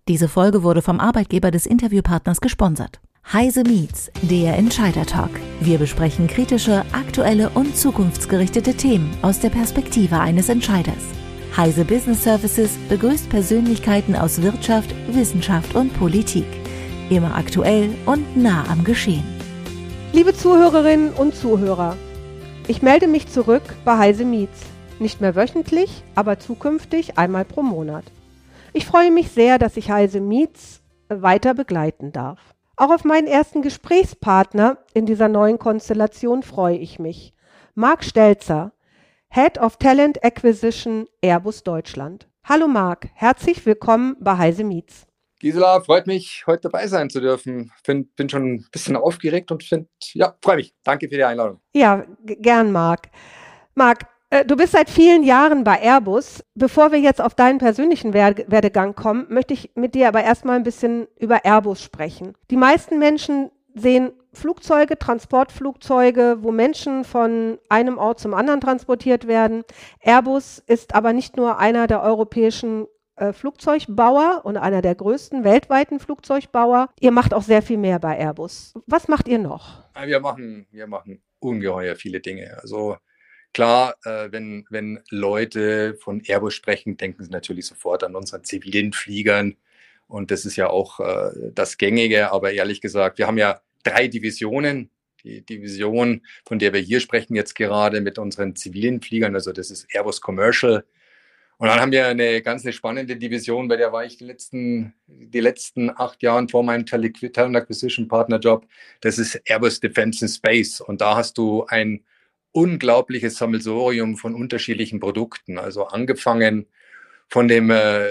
Diese Folge wurde vom Arbeitgeber des Interviewpartners gesponsert. Heise Meets, der Entscheider-Talk. Wir besprechen kritische, aktuelle und zukunftsgerichtete Themen aus der Perspektive eines Entscheiders. Heise Business Services begrüßt Persönlichkeiten aus Wirtschaft, Wissenschaft und Politik. Immer aktuell und nah am Geschehen. Liebe Zuhörerinnen und Zuhörer, ich melde mich zurück bei Heise Meets. Nicht mehr wöchentlich, aber zukünftig einmal pro Monat. Ich freue mich sehr, dass ich Heise Meets weiter begleiten darf. Auch auf meinen ersten Gesprächspartner in dieser neuen Konstellation freue ich mich. Marc Stelzer, Head of Talent Acquisition Airbus Deutschland. Hallo Marc, herzlich willkommen bei Heise Meets. Gisela, freut mich, heute dabei sein zu dürfen. Bin schon ein bisschen aufgeregt und freue mich. Danke für die Einladung. Ja, gern Marc. Marc, du bist seit vielen Jahren bei Airbus. Bevor wir jetzt auf deinen persönlichen Werdegang kommen, möchte ich mit dir aber erstmal ein bisschen über Airbus sprechen. Die meisten Menschen sehen Flugzeuge, Transportflugzeuge, wo Menschen von einem Ort zum anderen transportiert werden. Airbus ist aber nicht nur einer der europäischen Flugzeugbauer und einer der größten weltweiten Flugzeugbauer. Ihr macht auch sehr viel mehr bei Airbus. Was macht ihr noch? Wir machen ungeheuer viele Dinge. Also klar, wenn Leute von Airbus sprechen, denken sie natürlich sofort an unseren zivilen Fliegern. Und das ist ja auch das Gängige. Aber ehrlich gesagt, wir haben ja 3 Divisionen. Die Division, von der wir hier sprechen jetzt gerade mit unseren zivilen Fliegern, also das ist Airbus Commercial. Und dann haben wir eine ganz spannende Division, bei der war ich die letzten 8 Jahren vor meinem Talent Acquisition Partner Job. Das ist Airbus Defence and Space. Und da hast du ein unglaubliches Sammelsurium von unterschiedlichen Produkten. Also angefangen von den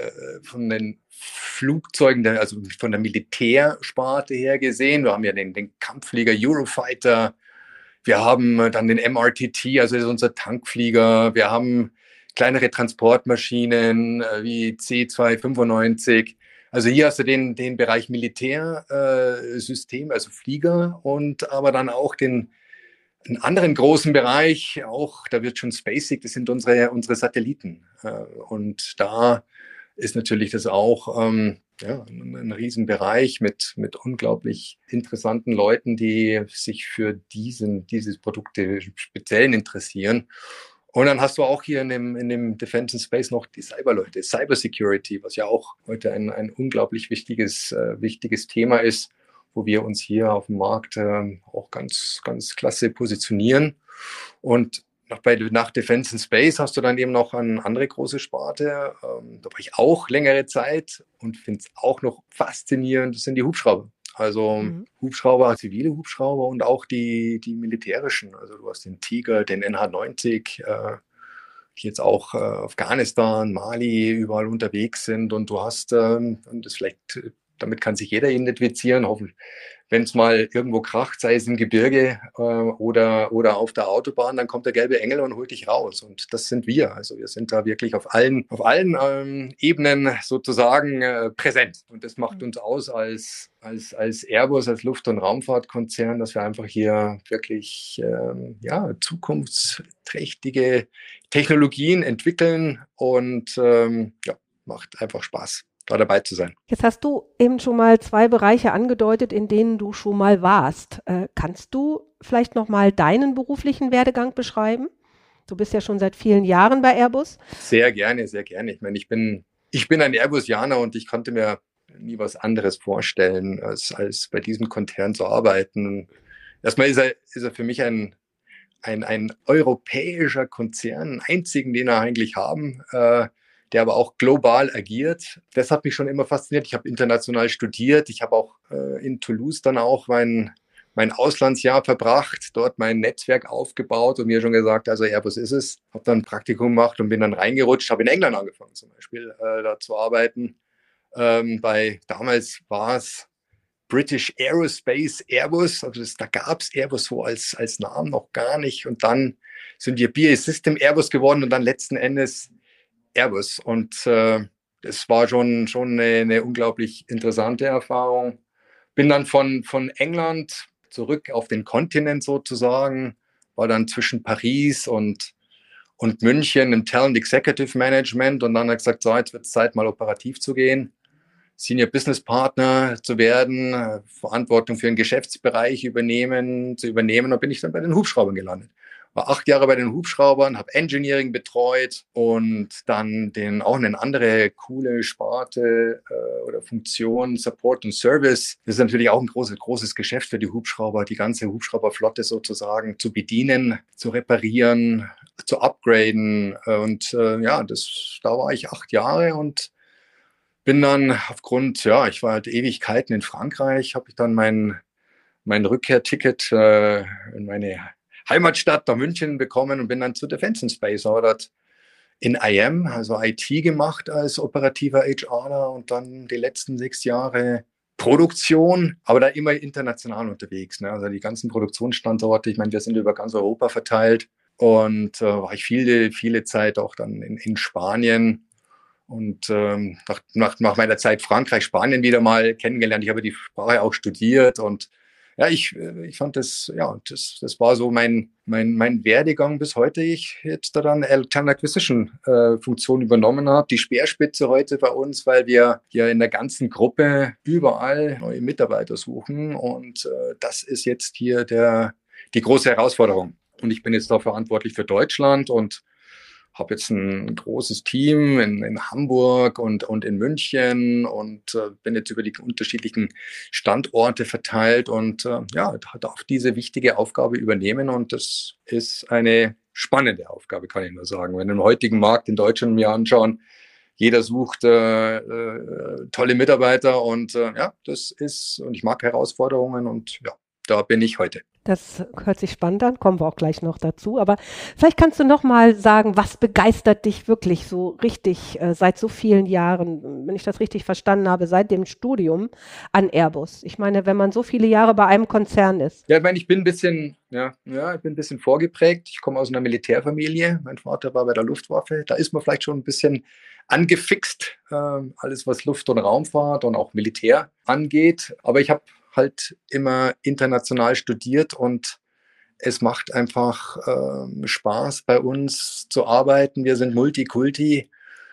Flugzeugen, also von der Militärsparte her gesehen. Wir haben ja den Kampfflieger Eurofighter. Wir haben dann den MRTT, also das ist unser Tankflieger. Wir haben kleinere Transportmaschinen wie C-295. Also hier hast du den Bereich Militärsystem, also Flieger, und aber dann auch einen anderen großen Bereich, auch da wird schon spacig, das sind unsere Satelliten. Und da ist natürlich das auch ein Riesenbereich mit unglaublich interessanten Leuten, die sich für diese Produkte speziell interessieren. Und dann hast du auch hier in dem Defense and Space noch die Cyberleute, Cybersecurity, was ja auch heute ein unglaublich wichtiges Thema ist, wo wir uns hier auf dem Markt auch ganz, ganz klasse positionieren. Und nach Defense and Space hast du dann eben noch eine andere große Sparte. Da war ich auch längere Zeit und finde es auch noch faszinierend. Das sind die Hubschrauber. Also Hubschrauber, zivile Hubschrauber und auch die militärischen. Also du hast den Tiger, den NH-90, die jetzt auch Afghanistan, Mali überall unterwegs sind. Und du hast, damit kann sich jeder identifizieren, hoffentlich, wenn es mal irgendwo kracht, sei es im Gebirge oder auf der Autobahn, dann kommt der gelbe Engel und holt dich raus. Und das sind wir. Also wir sind da wirklich auf allen Ebenen sozusagen präsent. Und das macht uns aus als Airbus, als Luft- und Raumfahrtkonzern, dass wir einfach hier wirklich zukunftsträchtige Technologien entwickeln und macht einfach Spaß, da dabei zu sein. Jetzt hast du eben schon mal 2 Bereiche angedeutet, in denen du schon mal warst. Kannst du vielleicht noch mal deinen beruflichen Werdegang beschreiben? Du bist ja schon seit vielen Jahren bei Airbus. Sehr gerne, sehr gerne. Ich meine, ich bin ein Airbusianer und ich konnte mir nie was anderes vorstellen, als bei diesem Konzern zu arbeiten. Erstmal ist er für mich ein europäischer Konzern, einzigen, den wir eigentlich haben, der aber auch global agiert. Das hat mich schon immer fasziniert. Ich habe international studiert. Ich habe auch in Toulouse dann auch mein Auslandsjahr verbracht, dort mein Netzwerk aufgebaut und mir schon gesagt, also Airbus ist es. Habe dann ein Praktikum gemacht und bin dann reingerutscht. Habe in England angefangen zum Beispiel da zu arbeiten. Damals war es British Aerospace Airbus. Also da gab es Airbus so als Namen noch gar nicht. Und dann sind wir BAE System Airbus geworden und dann letzten Endes Airbus. Und es war schon eine unglaublich interessante Erfahrung. Bin dann von England zurück auf den Kontinent sozusagen, war dann zwischen Paris und München im Talent Executive Management und dann hat gesagt, so, jetzt wird es Zeit, mal operativ zu gehen. Senior Business Partner zu werden, Verantwortung für einen Geschäftsbereich zu übernehmen. Da bin ich dann bei den Hubschraubern gelandet. War 8 Jahre bei den Hubschraubern, habe Engineering betreut und dann auch eine andere coole Sparte oder Funktion, Support und Service. Das ist natürlich auch ein großes Geschäft für die Hubschrauber, die ganze Hubschrauberflotte sozusagen zu bedienen, zu reparieren, zu upgraden. Und da war ich 8 Jahre und bin dann ich war halt Ewigkeiten in Frankreich, habe ich dann mein Rückkehrticket in meine Heimatstadt nach München bekommen und bin dann zu Defense and Space. Habe dort in IM, also IT gemacht als operativer HRler und dann die letzten 6 Jahre Produktion, aber da immer international unterwegs. Ne? Also die ganzen Produktionsstandorte, ich meine, wir sind über ganz Europa verteilt und war ich viele Zeit auch dann in Spanien. Und nach meiner Zeit Frankreich, Spanien wieder mal kennengelernt. Ich habe die Sprache auch studiert und ja, ich fand das war so mein Werdegang bis heute. Ich jetzt da dann Talent Acquisition Funktion übernommen habe, die Speerspitze heute bei uns, weil wir ja in der ganzen Gruppe überall neue Mitarbeiter suchen und das ist jetzt hier die große Herausforderung. Und ich bin jetzt da verantwortlich für Deutschland und habe jetzt ein großes Team in Hamburg und in München und bin jetzt über die unterschiedlichen Standorte verteilt und darf diese wichtige Aufgabe übernehmen. Und das ist eine spannende Aufgabe, kann ich nur sagen. Wenn wir den heutigen Markt in Deutschland mir anschauen, jeder sucht tolle Mitarbeiter und und ich mag Herausforderungen und ja, da bin ich heute. Das hört sich spannend an, kommen wir auch gleich noch dazu. Aber vielleicht kannst du noch mal sagen, was begeistert dich wirklich so richtig seit so vielen Jahren, wenn ich das richtig verstanden habe, seit dem Studium an Airbus? Ich meine, wenn man so viele Jahre bei einem Konzern ist. Ja, ich meine, ich bin ein bisschen vorgeprägt. Ich komme aus einer Militärfamilie. Mein Vater war bei der Luftwaffe. Da ist man vielleicht schon ein bisschen angefixt, alles was Luft- und Raumfahrt und auch Militär angeht. Aber ich habe halt immer international studiert und es macht einfach Spaß bei uns zu arbeiten. Wir sind Multikulti.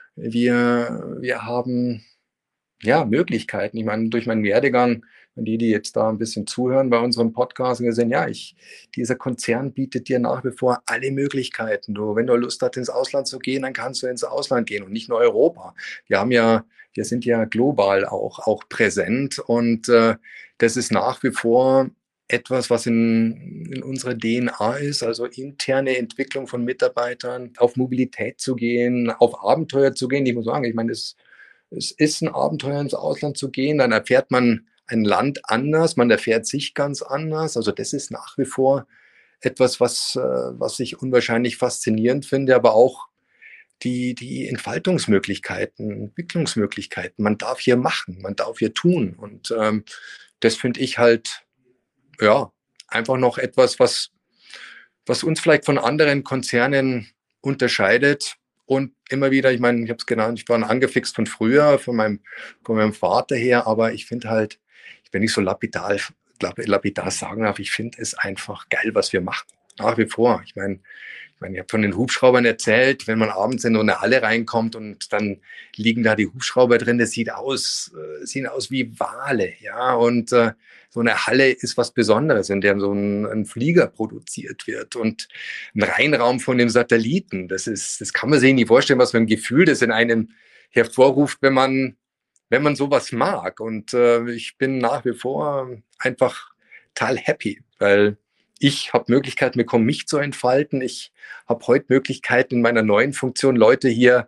Wir haben Möglichkeiten. Ich meine, durch meinen Werdegang, die jetzt da ein bisschen zuhören bei unserem Podcast, wir sehen, dieser Konzern bietet dir nach wie vor alle Möglichkeiten. Wenn du Lust hast, ins Ausland zu gehen, dann kannst du ins Ausland gehen und nicht nur Europa. Wir sind ja global auch präsent und das ist nach wie vor etwas, was in unserer DNA ist, also interne Entwicklung von Mitarbeitern, auf Mobilität zu gehen, auf Abenteuer zu gehen. Ich muss sagen, ich meine, es ist ein Abenteuer, ins Ausland zu gehen, dann erfährt man ein Land anders, man erfährt sich ganz anders. Also das ist nach wie vor etwas, was ich unwahrscheinlich faszinierend finde, aber auch die Entfaltungsmöglichkeiten, Entwicklungsmöglichkeiten. Man darf hier machen, man darf hier tun. Und das finde ich halt, einfach noch etwas, was uns vielleicht von anderen Konzernen unterscheidet. Und immer wieder, ich meine, ich habe es genannt, ich war angefixt von früher, von meinem Vater her, aber ich finde halt, wenn ich so lapidar sagen darf, ich finde es einfach geil, was wir machen. Nach wie vor. Ich meine, ich habe von den Hubschraubern erzählt, wenn man abends in so eine Halle reinkommt und dann liegen da die Hubschrauber drin, das sieht aus wie Wale, ja, und so eine Halle ist was Besonderes, in der so ein Flieger produziert wird und ein Reinraum von dem Satelliten, das kann man sich nicht vorstellen, was für ein Gefühl das in einem hervorruft, wenn man sowas mag, und ich bin nach wie vor einfach total happy, weil ich habe Möglichkeiten bekommen, mich zu entfalten. Ich habe heute Möglichkeiten in meiner neuen Funktion, Leute hier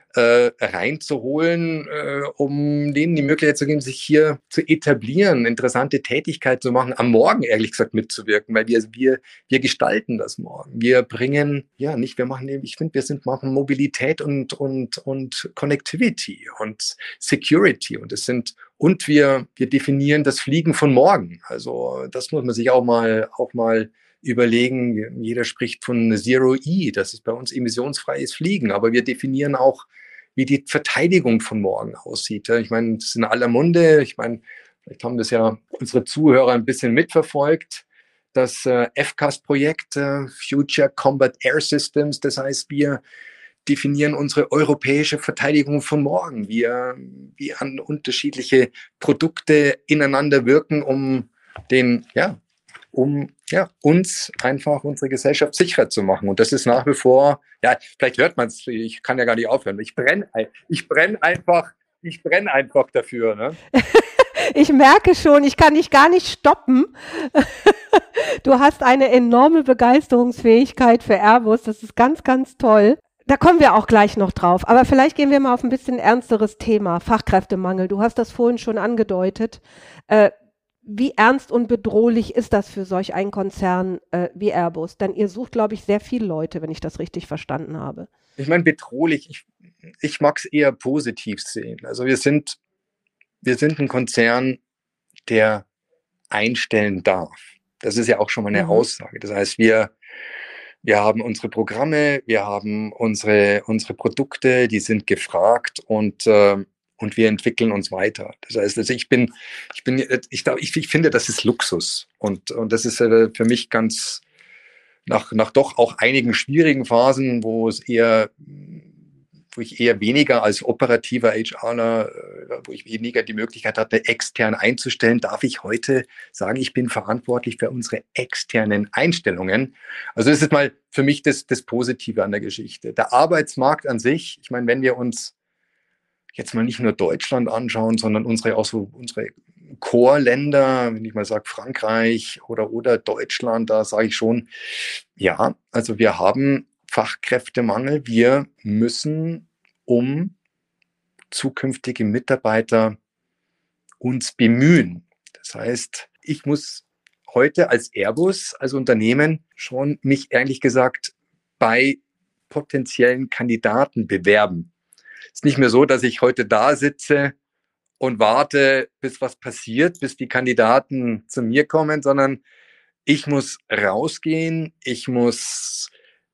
reinzuholen, um denen die Möglichkeit zu geben, sich hier zu etablieren, interessante Tätigkeit zu machen, am Morgen ehrlich gesagt mitzuwirken, weil wir gestalten das Morgen. Wir bringen, wir machen Mobilität und Connectivity und Security und wir definieren das Fliegen von morgen. Also das muss man sich auch mal überlegen. Jeder spricht von Zero E, das ist bei uns emissionsfreies Fliegen, aber wir definieren auch, wie die Verteidigung von morgen aussieht. Ich meine, das ist in aller Munde. Ich meine, vielleicht haben das ja unsere Zuhörer ein bisschen mitverfolgt. Das FCAS-Projekt, Future Combat Air Systems, das heißt, wir definieren unsere europäische Verteidigung von morgen. Wir an unterschiedliche Produkte ineinander wirken, um uns einfach unsere Gesellschaft sicherer zu machen. Und das ist nach wie vor, ja, vielleicht hört man es, ich kann ja gar nicht aufhören. Ich brenne einfach dafür. Ne? Ich merke schon, ich kann dich gar nicht stoppen. Du hast eine enorme Begeisterungsfähigkeit für Airbus. Das ist ganz, ganz toll. Da kommen wir auch gleich noch drauf. Aber vielleicht gehen wir mal auf ein bisschen ernsteres Thema, Fachkräftemangel. Du hast das vorhin schon angedeutet. Wie ernst und bedrohlich ist das für solch einen Konzern wie Airbus? Denn ihr sucht, glaube ich, sehr viele Leute, wenn ich das richtig verstanden habe. Ich meine, bedrohlich, ich mag es eher positiv sehen. Also wir sind ein Konzern, der einstellen darf. Das ist ja auch schon mal eine Aussage. Das heißt, wir haben unsere Programme, wir haben unsere Produkte, die sind gefragt und wir entwickeln uns weiter. Das heißt, also ich finde, das ist Luxus und das ist für mich ganz nach doch auch einigen schwierigen Phasen, wo ich eher weniger als operativer HRler, wo ich weniger die Möglichkeit hatte, extern einzustellen, darf ich heute sagen, ich bin verantwortlich für unsere externen Einstellungen. Also das ist mal für mich das Positive an der Geschichte. Der Arbeitsmarkt an sich, ich meine, wenn wir uns jetzt mal nicht nur Deutschland anschauen, sondern unsere Core-Länder, wenn ich mal sage Frankreich oder Deutschland, da sage ich schon, ja, also wir haben Fachkräftemangel. Wir müssen um zukünftige Mitarbeiter uns bemühen. Das heißt, ich muss heute als Airbus, als Unternehmen schon mich ehrlich gesagt bei potenziellen Kandidaten bewerben. Es ist nicht mehr so, dass ich heute da sitze und warte, bis was passiert, bis die Kandidaten zu mir kommen, sondern ich muss rausgehen, ich muss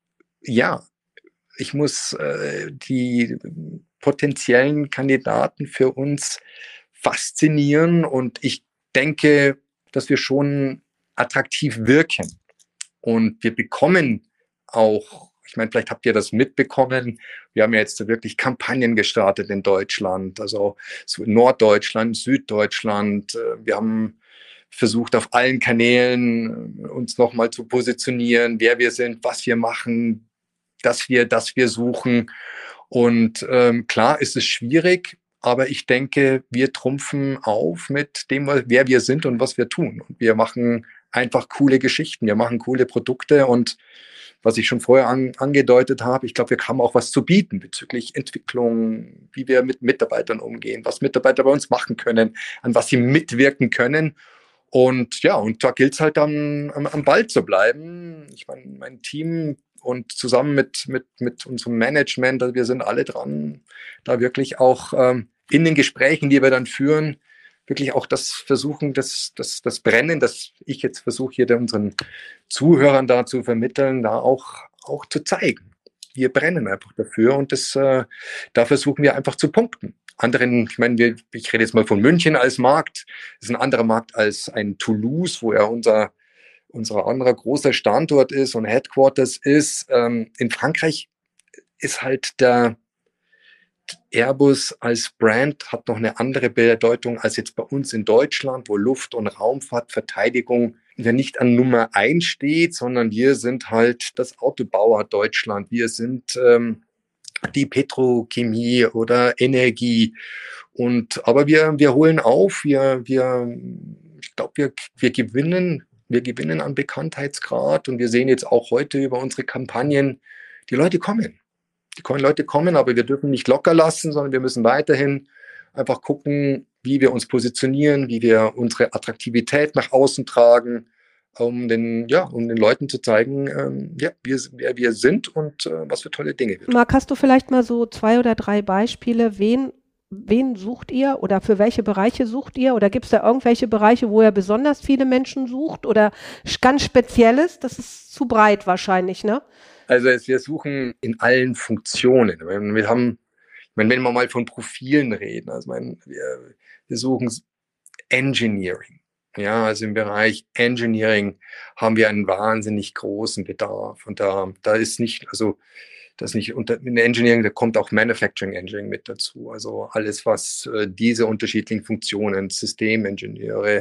die potenziellen Kandidaten für uns faszinieren und ich denke, dass wir schon attraktiv wirken. Und wir bekommen auch, ich meine, vielleicht habt ihr das mitbekommen, wir haben ja jetzt wirklich Kampagnen gestartet in Deutschland, also so in Norddeutschland, Süddeutschland. Wir haben versucht, auf allen Kanälen uns nochmal zu positionieren, wer wir sind, was wir machen, dass wir suchen. Und klar ist es schwierig, aber ich denke, wir trumpfen auf mit dem, wer wir sind und was wir tun. Und wir machen einfach coole Geschichten, wir machen coole Produkte und was ich schon vorher angedeutet habe, ich glaube, wir haben auch was zu bieten bezüglich Entwicklung, wie wir mit Mitarbeitern umgehen, was Mitarbeiter bei uns machen können, an was sie mitwirken können. Und ja, und da gilt es halt am Ball zu bleiben. Ich meine, mein Team und zusammen mit unserem Management, also wir sind alle dran, da wirklich auch in den Gesprächen, die wir dann führen, wirklich auch das versuchen, das Brennen, das ich jetzt versuche hier unseren Zuhörern da zu vermitteln, da auch zu zeigen. Wir brennen einfach dafür und da versuchen wir einfach zu punkten. Anderen, ich meine, ich rede jetzt mal von München als Markt, das ist ein anderer Markt als ein Toulouse, wo ja unser anderer großer Standort ist und Headquarters ist. In Frankreich ist halt der Airbus als Brand hat noch eine andere Bedeutung als jetzt bei uns in Deutschland, wo Luft- und Raumfahrt, Verteidigung ja nicht an Nummer 1 steht, sondern wir sind halt das Autobauer Deutschland. Wir sind die Petrochemie oder Energie. Aber wir holen auf, ich glaube, wir gewinnen an Bekanntheitsgrad und wir sehen jetzt auch heute über unsere Kampagnen, die Leute kommen. Leute kommen, aber wir dürfen nicht locker lassen, sondern wir müssen weiterhin einfach gucken, wie wir uns positionieren, wie wir unsere Attraktivität nach außen tragen, um den Leuten zu zeigen, wer wir sind und was für tolle Dinge wir tun. Marc, hast du vielleicht mal so 2 oder 3 Beispiele, wen sucht ihr oder für welche Bereiche sucht ihr? Oder gibt es da irgendwelche Bereiche, wo ihr besonders viele Menschen sucht oder ganz Spezielles? Das ist zu breit wahrscheinlich, ne? Also wir suchen in allen Funktionen. Wenn wir mal von Profilen reden, also wir suchen Engineering. Ja, also im Bereich Engineering haben wir einen wahnsinnig großen Bedarf. Und da ist nicht, also in Engineering, da kommt auch Manufacturing Engineering mit dazu. Also alles, was diese unterschiedlichen Funktionen, Systemingenieure,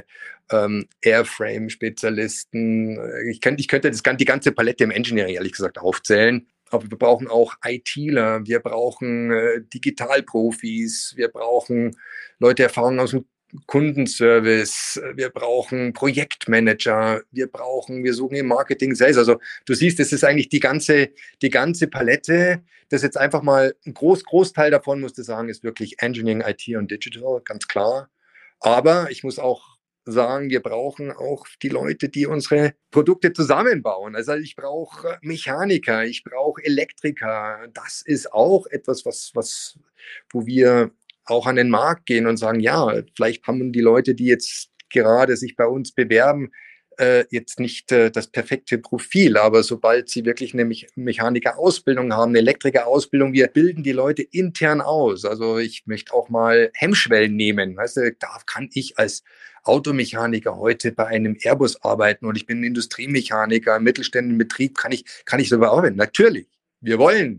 Airframe-Spezialisten, ich könnte die ganze Palette im Engineering ehrlich gesagt aufzählen. Aber wir brauchen auch ITler, wir brauchen Digitalprofis, wir brauchen Leute Erfahrung aus dem Kundenservice, wir brauchen Projektmanager, wir suchen im Marketing selbst. Also du siehst, es ist eigentlich die ganze Palette. Das jetzt einfach mal ein Großteil davon, musst du sagen, ist wirklich Engineering, IT und Digital, ganz klar. Aber ich muss auch sagen, wir brauchen auch die Leute, die unsere Produkte zusammenbauen. Also ich brauche Mechaniker, ich brauche Elektriker. Das ist auch etwas, wo wir auch an den Markt gehen und sagen, ja, vielleicht haben die Leute, die jetzt gerade sich bei uns bewerben, jetzt nicht das perfekte Profil, aber sobald sie wirklich eine Mechaniker-Ausbildung haben, eine Elektriker-Ausbildung, wir bilden die Leute intern aus. Also ich möchte auch mal Hemmschwellen nehmen. Weißt du, da kann ich als Automechaniker heute bei einem Airbus arbeiten und ich bin Industriemechaniker im mittelständischen Betrieb, kann ich darüber arbeiten. Natürlich, wir wollen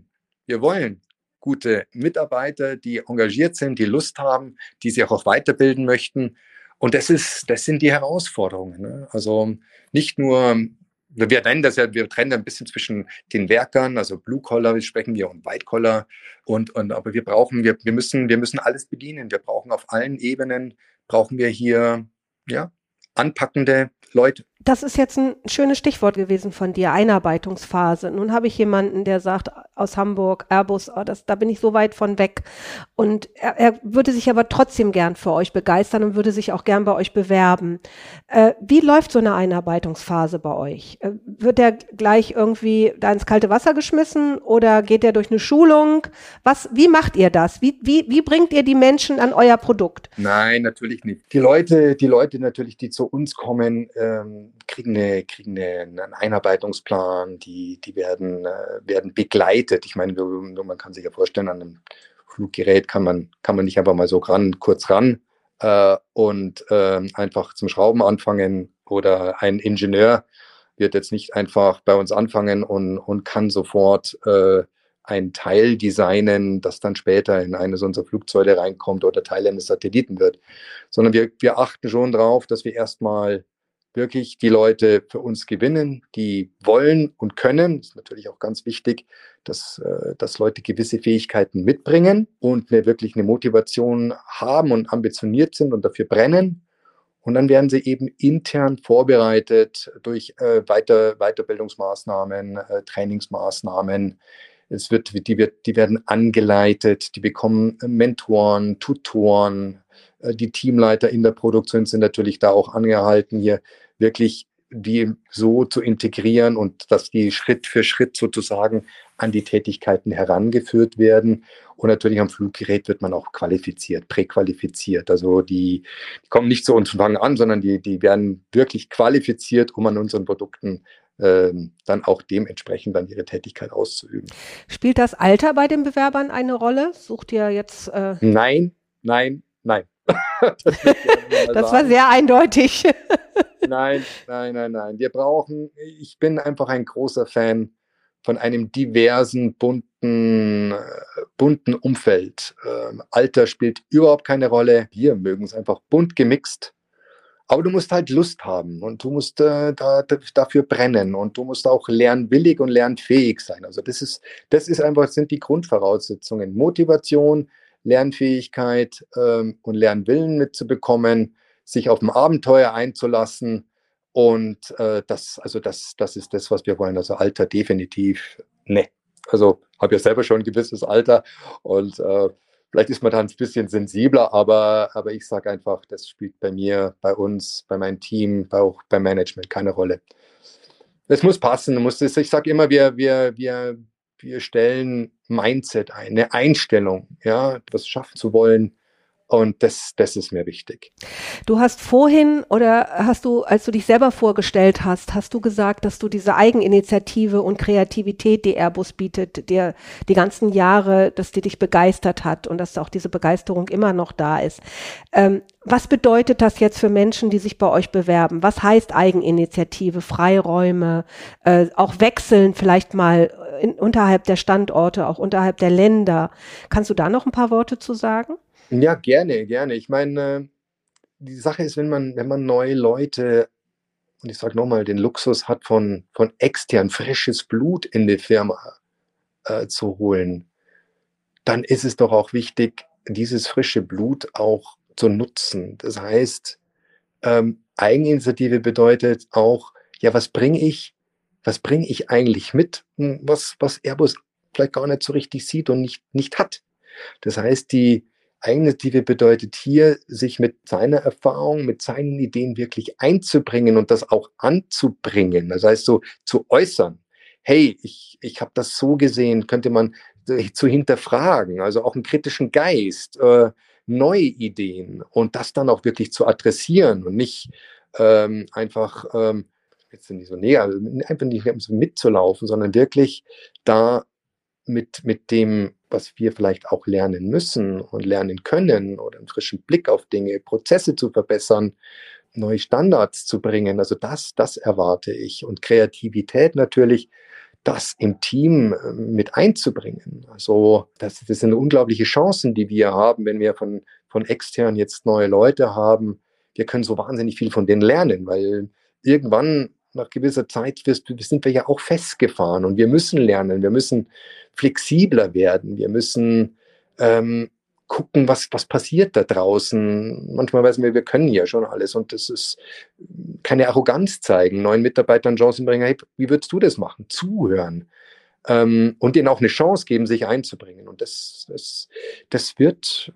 gute Mitarbeiter, die engagiert sind, die Lust haben, die sich auch weiterbilden möchten. Und das sind die Herausforderungen. Ne? Also nicht nur, wir trennen ein bisschen zwischen den Werkern, also Blue Collar sprechen wir und White Collar. Aber wir müssen alles bedienen. Wir brauchen auf allen Ebenen, hier, ja, anpackende Leute. Das ist jetzt ein schönes Stichwort gewesen von dir, Einarbeitungsphase. Nun habe ich jemanden, der sagt aus Hamburg, Airbus, da bin ich so weit von weg. Und er würde sich aber trotzdem gern für euch begeistern und würde sich auch gern bei euch bewerben. Wie läuft so eine Einarbeitungsphase bei euch? Wird der gleich irgendwie da ins kalte Wasser geschmissen oder geht der durch eine Schulung? Wie macht ihr das? Wie bringt ihr die Menschen an euer Produkt? Nein, natürlich nicht. Die Leute natürlich, die zu uns kommen, kriegen einen Einarbeitungsplan, die werden begleitet. Ich meine, man kann sich ja vorstellen, an einem Fluggerät kann man nicht einfach mal so kurz ran und einfach zum Schrauben anfangen, oder ein Ingenieur wird jetzt nicht einfach bei uns anfangen und kann sofort ein Teil designen, das dann später in eines unserer Flugzeuge reinkommt oder Teil eines Satelliten wird, sondern wir achten schon darauf, dass wir erstmal wirklich die Leute für uns gewinnen, die wollen und können. Das ist natürlich auch ganz wichtig, dass Leute gewisse Fähigkeiten mitbringen und wirklich eine Motivation haben und ambitioniert sind und dafür brennen. Und dann werden sie eben intern vorbereitet durch Weiterbildungsmaßnahmen, Trainingsmaßnahmen. Die werden angeleitet, die bekommen Mentoren, Tutoren. Die Teamleiter in der Produktion sind natürlich da auch angehalten, hier wirklich die so zu integrieren und dass die Schritt für Schritt sozusagen an die Tätigkeiten herangeführt werden. Und natürlich am Fluggerät wird man auch präqualifiziert. Also die kommen nicht zu uns und fangen an, sondern die werden wirklich qualifiziert, um an unseren Produkten dann auch dementsprechend dann ihre Tätigkeit auszuüben. Spielt das Alter bei den Bewerbern eine Rolle? Sucht ihr jetzt? Nein. Das war sehr eindeutig. Nein. Ich bin einfach ein großer Fan von einem diversen, bunten Umfeld. Alter spielt überhaupt keine Rolle. Wir mögen es einfach bunt gemixt. Aber du musst halt Lust haben und du musst dafür brennen und du musst auch lernwillig und lernfähig sein. Also das sind die Grundvoraussetzungen. Motivation, Lernfähigkeit und Lernwillen mitzubekommen, sich auf ein Abenteuer einzulassen, und das ist das, was wir wollen. Also Alter definitiv ne. Also habe ja selber schon ein gewisses Alter und vielleicht ist man da ein bisschen sensibler, aber ich sage einfach, das spielt bei mir, bei uns, bei meinem Team, auch beim Management keine Rolle. Es muss passen. Ich sage immer, wir stellen Mindset ein, eine Einstellung, ja, was schaffen zu wollen. Und das ist mir wichtig. Du hast vorhin, oder als du dich selber vorgestellt hast du gesagt, dass du diese Eigeninitiative und Kreativität, die Airbus bietet, dir die ganzen Jahre, dass die dich begeistert hat und dass auch diese Begeisterung immer noch da ist. Was bedeutet das jetzt für Menschen, die sich bei euch bewerben? Was heißt Eigeninitiative, Freiräume, auch wechseln vielleicht mal unterhalb der Standorte, auch unterhalb der Länder. Kannst du da noch ein paar Worte zu sagen? Ja, gerne, gerne. Ich meine, die Sache ist, wenn man neue Leute, und ich sage nochmal, den Luxus hat, von extern frisches Blut in die Firma zu holen, dann ist es doch auch wichtig, dieses frische Blut auch zu nutzen. Das heißt, Eigeninitiative bedeutet auch, ja, was bringe ich eigentlich mit, was Airbus vielleicht gar nicht so richtig sieht und nicht hat. Das heißt, die Eigeninitiative bedeutet hier, sich mit seiner Erfahrung, mit seinen Ideen wirklich einzubringen und das auch anzubringen. Das heißt, so zu äußern, hey, ich habe das so gesehen, könnte man zu hinterfragen, also auch einen kritischen Geist, neue Ideen und das dann auch wirklich zu adressieren und nicht einfach jetzt nicht so einfach nicht so mitzulaufen, sondern wirklich da mit dem, was wir vielleicht auch lernen müssen und lernen können oder einen frischen Blick auf Dinge, Prozesse zu verbessern, neue Standards zu bringen. Also das erwarte ich. Und Kreativität natürlich, das im Team mit einzubringen. Also das sind unglaubliche Chancen, die wir haben, wenn wir von extern jetzt neue Leute haben. Wir können so wahnsinnig viel von denen lernen, weil irgendwann nach gewisser Zeit sind wir ja auch festgefahren und wir müssen lernen, wir müssen flexibler werden, wir müssen gucken, was passiert da draußen. Manchmal wissen wir können ja schon alles und das ist keine Arroganz zeigen, neuen Mitarbeitern Chancen bringen, hey, wie würdest du das machen? Zuhören. Und ihnen auch eine Chance geben, sich einzubringen. Und das wird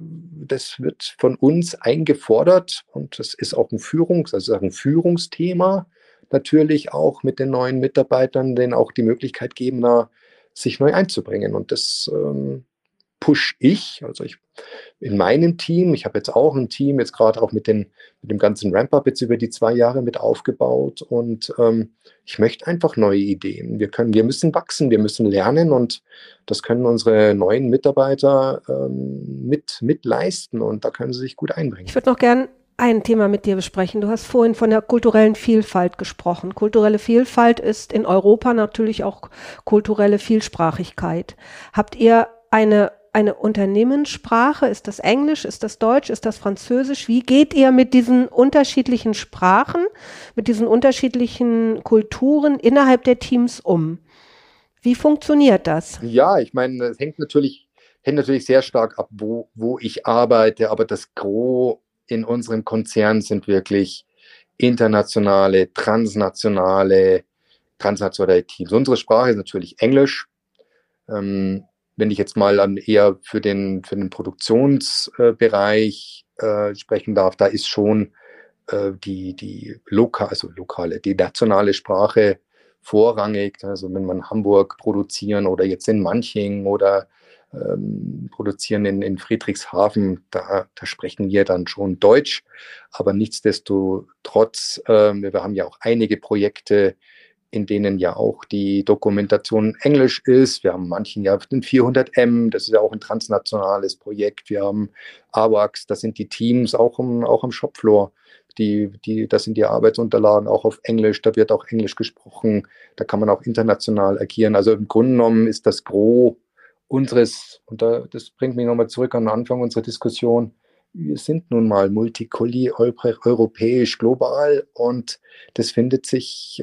von uns eingefordert und das ist auch ein Führungsthema, natürlich auch mit den neuen Mitarbeitern, denen auch die Möglichkeit geben, sich neu einzubringen. Und das push ich, also ich in meinem Team, ich habe jetzt auch ein Team, jetzt gerade auch mit dem ganzen Ramp-Up jetzt über die 2 Jahre mit aufgebaut und ich möchte einfach neue Ideen. Wir müssen wachsen, wir müssen lernen und das können unsere neuen Mitarbeiter mit leisten und da können sie sich gut einbringen. Ich würde noch gern ein Thema mit dir besprechen. Du hast vorhin von der kulturellen Vielfalt gesprochen. Kulturelle Vielfalt ist in Europa natürlich auch kulturelle Vielsprachigkeit. Habt ihr eine Unternehmenssprache? Ist das Englisch? Ist das Deutsch? Ist das Französisch? Wie geht ihr mit diesen unterschiedlichen Sprachen, mit diesen unterschiedlichen Kulturen innerhalb der Teams um? Wie funktioniert das? Ja, ich meine, es hängt natürlich sehr stark ab, wo ich arbeite, aber das Gros in unserem Konzern sind wirklich internationale, transnationale Teams. Unsere Sprache ist natürlich Englisch. Wenn ich jetzt mal eher für den Produktionsbereich sprechen darf, da ist schon die nationale Sprache vorrangig. Also wenn man Hamburg produzieren oder jetzt in Manching oder produzieren in Friedrichshafen, da sprechen wir dann schon Deutsch, aber nichtsdestotrotz, wir haben ja auch einige Projekte, in denen ja auch die Dokumentation Englisch ist. Wir haben manchen ja den 400M, das ist ja auch ein transnationales Projekt. Wir haben AWACS, das sind die Teams auch am Shopfloor. Das sind die Arbeitsunterlagen auch auf Englisch, da wird auch Englisch gesprochen, da kann man auch international agieren. Also im Grunde genommen ist das Gros unseres, das bringt mich nochmal zurück an den Anfang unserer Diskussion, wir sind nun mal multikulti, europäisch, global und das findet sich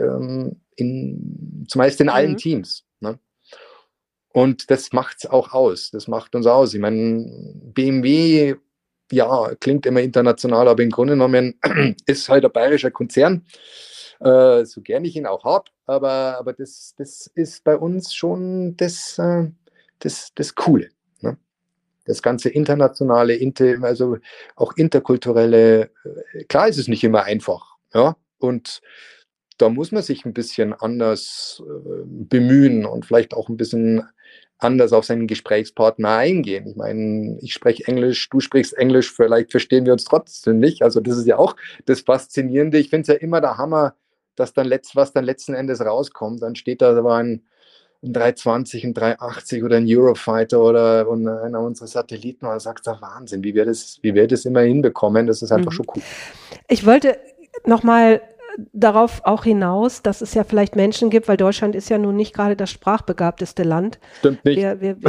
zumeist in allen Teams. Ne? Und das macht es auch aus, das macht uns aus. Ich meine, BMW, ja, klingt immer international, aber im Grunde genommen ist halt ein bayerischer Konzern, so gern ich ihn auch habe, aber das ist bei uns schon das Coole. Ne? Das ganze internationale, also auch interkulturelle, klar ist es nicht immer einfach, ja, und da muss man sich ein bisschen anders bemühen und vielleicht auch ein bisschen anders auf seinen Gesprächspartner eingehen. Ich meine, ich spreche Englisch, du sprichst Englisch, vielleicht verstehen wir uns trotzdem nicht. Also das ist ja auch das Faszinierende. Ich finde es ja immer der Hammer, dass was dann letzten Endes rauskommt. Dann steht da ein 320, ein 380 oder ein Eurofighter oder einer unserer Satelliten und dann sagst du, Wahnsinn, wie wir das immer hinbekommen. Das ist einfach schon cool. Ich wollte nochmal darauf auch hinaus, dass es ja vielleicht Menschen gibt, weil Deutschland ist ja nun nicht gerade das sprachbegabteste Land. Stimmt nicht.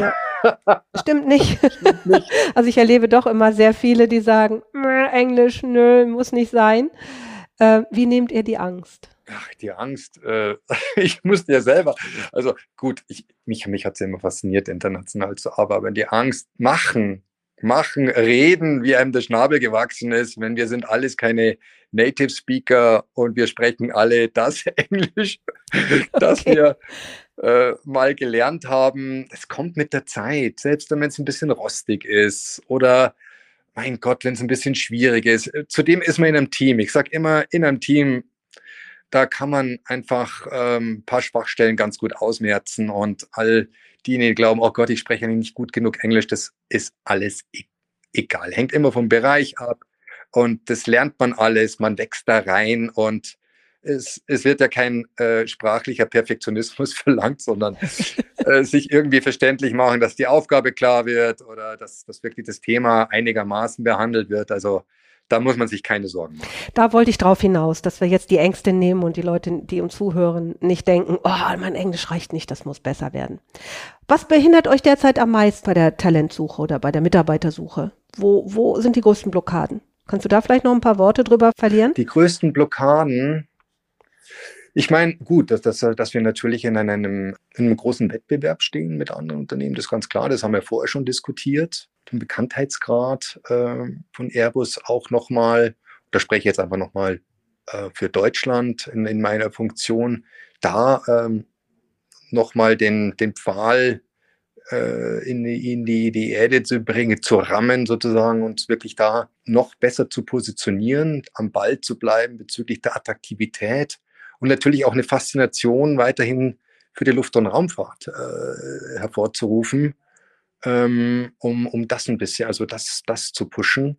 Stimmt nicht. Stimmt nicht. Also ich erlebe doch immer sehr viele, die sagen, Englisch, nö, muss nicht sein. Wie nehmt ihr die Angst? Ach, die Angst. Ich musste ja selber. Also gut, mich hat es ja immer fasziniert, international zu arbeiten, aber die Angst machen, reden, wie einem der Schnabel gewachsen ist, wenn wir sind alles keine Native Speaker und wir sprechen alle das Englisch, das wir mal gelernt haben. Es kommt mit der Zeit, selbst wenn es ein bisschen rostig ist oder mein Gott, wenn es ein bisschen schwierig ist. Zudem ist man in einem Team. Ich sage immer, in einem Team, da kann man einfach ein paar Schwachstellen ganz gut ausmerzen und all diejenigen, die glauben, oh Gott, ich spreche nicht gut genug Englisch, das ist alles egal. Hängt immer vom Bereich ab und das lernt man alles, man wächst da rein und es wird ja kein sprachlicher Perfektionismus verlangt, sondern sich irgendwie verständlich machen, dass die Aufgabe klar wird oder dass wirklich das Thema einigermaßen behandelt wird. Also da muss man sich keine Sorgen machen. Da wollte ich drauf hinaus, dass wir jetzt die Ängste nehmen und die Leute, die uns zuhören, nicht denken, oh, mein Englisch reicht nicht, das muss besser werden. Was behindert euch derzeit am meisten bei der Talentsuche oder bei der Mitarbeitersuche? Wo sind die größten Blockaden? Kannst du da vielleicht noch ein paar Worte drüber verlieren? Die größten Blockaden, ich meine, gut, dass wir natürlich in einem großen Wettbewerb stehen mit anderen Unternehmen, das ist ganz klar, das haben wir vorher schon diskutiert. Den Bekanntheitsgrad von Airbus auch nochmal, da spreche ich jetzt einfach nochmal für Deutschland in meiner Funktion, da nochmal den Pfahl in die Erde zu bringen, zu rammen sozusagen, uns wirklich da noch besser zu positionieren, am Ball zu bleiben bezüglich der Attraktivität und natürlich auch eine Faszination weiterhin für die Luft- und Raumfahrt hervorzurufen, um das ein bisschen, also das zu pushen.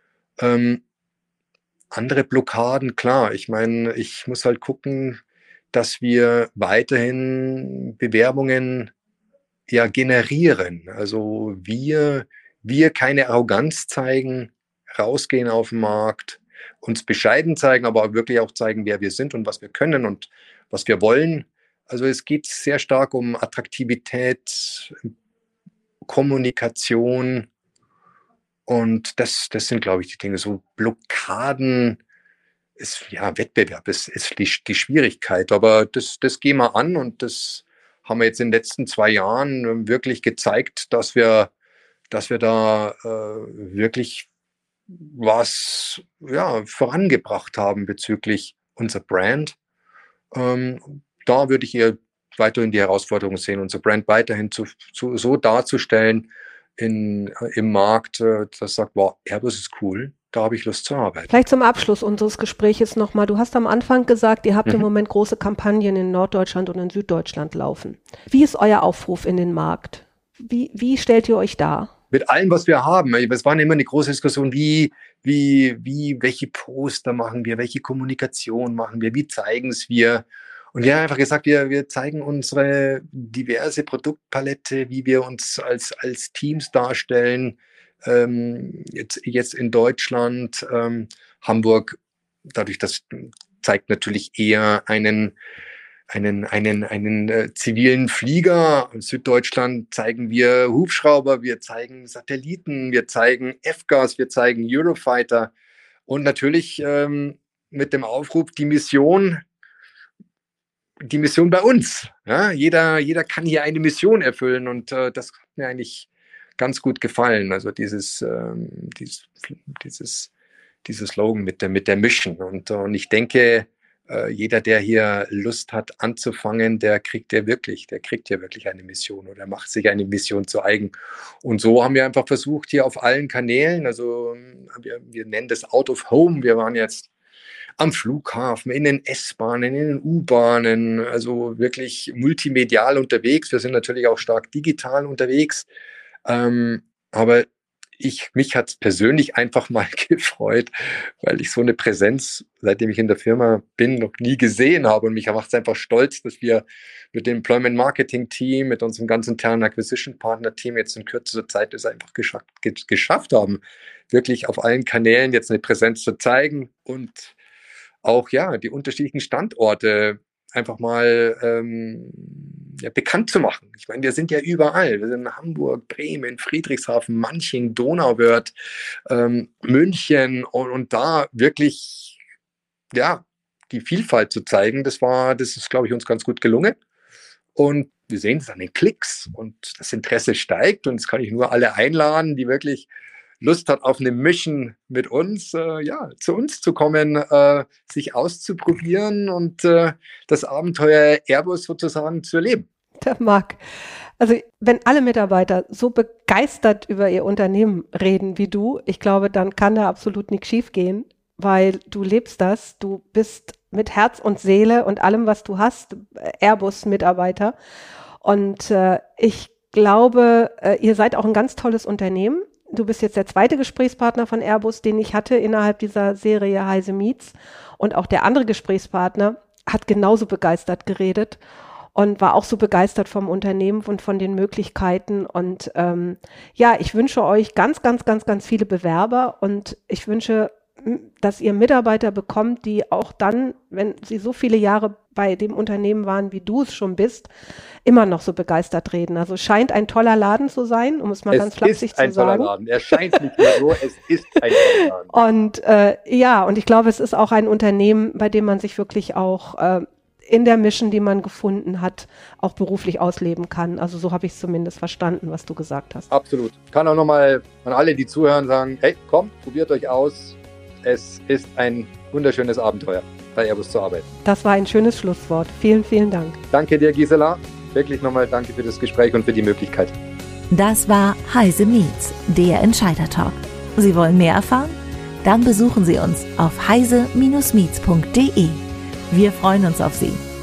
Andere Blockaden, klar, ich meine, ich muss halt gucken, dass wir weiterhin Bewerbungen generieren. Also wir keine Arroganz zeigen, rausgehen auf den Markt, uns bescheiden zeigen, aber wirklich auch zeigen, wer wir sind und was wir können und was wir wollen. Also es geht sehr stark um Attraktivität, Kommunikation und das sind, glaube ich, die Dinge. So Blockaden ist, Wettbewerb ist die Schwierigkeit, aber das gehen wir an und das haben wir jetzt in den letzten 2 Jahren wirklich gezeigt, dass wir da wirklich was vorangebracht haben bezüglich unserer Brand. Da würde ich eher weiterhin die Herausforderung sehen, unsere Brand weiterhin so darzustellen im Markt, das sagt, wow, Airbus ist cool, da habe ich Lust zu arbeiten. Vielleicht zum Abschluss unseres Gespräches nochmal. Du hast am Anfang gesagt, ihr habt im Moment große Kampagnen in Norddeutschland und in Süddeutschland laufen. Wie ist euer Aufruf in den Markt? Wie stellt ihr euch dar? Mit allem, was wir haben. Es war immer eine große Diskussion, welche Poster machen wir, welche Kommunikation machen wir, wie zeigen es wir. Und wir haben einfach gesagt, wir zeigen unsere diverse Produktpalette, wie wir uns als Teams darstellen. Jetzt in Deutschland, Hamburg, dadurch, das zeigt natürlich eher einen zivilen Flieger. In Süddeutschland zeigen wir Hubschrauber, wir zeigen Satelliten, wir zeigen F-Gas, wir zeigen Eurofighter und natürlich mit dem Aufruf die Mission bei uns. Ja? Jeder kann hier eine Mission erfüllen und das hat mir eigentlich ganz gut gefallen. Also dieses Slogan mit der Mission und ich denke, jeder, der hier Lust hat anzufangen, der kriegt ja wirklich eine Mission oder macht sich eine Mission zu eigen. Und so haben wir einfach versucht, hier auf allen Kanälen, also wir nennen das Out of Home, wir waren jetzt am Flughafen, in den S-Bahnen, in den U-Bahnen, also wirklich multimedial unterwegs. Wir sind natürlich auch stark digital unterwegs, aber mich hat es persönlich einfach mal gefreut, weil ich so eine Präsenz, seitdem ich in der Firma bin, noch nie gesehen habe. Und mich macht es einfach stolz, dass wir mit dem Employment Marketing Team, mit unserem ganzen Talent Acquisition Partner Team jetzt in kürzester Zeit es einfach geschafft haben, wirklich auf allen Kanälen jetzt eine Präsenz zu zeigen und auch die unterschiedlichen Standorte einfach mal bekannt zu machen. Ich meine, wir sind ja überall. Wir sind in Hamburg, Bremen, Friedrichshafen, Manching, Donauwörth, München und da wirklich die Vielfalt zu zeigen, das ist, glaube ich, uns ganz gut gelungen. Und wir sehen es an den Klicks und das Interesse steigt und jetzt kann ich nur alle einladen, die wirklich Lust hat auf eine Mission mit uns, zu uns zu kommen, sich auszuprobieren und das Abenteuer Airbus sozusagen zu erleben. Der Marc, also wenn alle Mitarbeiter so begeistert über ihr Unternehmen reden wie du, ich glaube, dann kann da absolut nichts schiefgehen, weil du lebst das, du bist mit Herz und Seele und allem, was du hast, Airbus-Mitarbeiter. Und ich glaube, ihr seid auch ein ganz tolles Unternehmen. Du bist jetzt der zweite Gesprächspartner von Airbus, den ich hatte innerhalb dieser Serie Heise Meets. Und auch der andere Gesprächspartner hat genauso begeistert geredet und war auch so begeistert vom Unternehmen und von den Möglichkeiten. Und ich wünsche euch ganz, ganz, ganz, ganz viele Bewerber und ich wünsche, dass ihr Mitarbeiter bekommt, die auch dann, wenn sie so viele Jahre bei dem Unternehmen waren, wie du es schon bist, immer noch so begeistert reden. Also scheint ein toller Laden zu sein, um es mal ganz flapsig zu sagen. Es ist ein toller Laden. Er scheint nicht nur so, es ist ein toller Laden. Und ich glaube, es ist auch ein Unternehmen, bei dem man sich wirklich auch in der Mission, die man gefunden hat, auch beruflich ausleben kann. Also so habe ich es zumindest verstanden, was du gesagt hast. Absolut. Ich kann auch nochmal an alle, die zuhören, sagen, hey, komm, probiert euch aus. Es ist ein wunderschönes Abenteuer, bei Airbus zu arbeiten. Das war ein schönes Schlusswort. Vielen, vielen Dank. Danke dir, Gisela. Wirklich nochmal danke für das Gespräch und für die Möglichkeit. Das war Heise Meets, der Entscheider-Talk. Sie wollen mehr erfahren? Dann besuchen Sie uns auf heise-meets.de. Wir freuen uns auf Sie.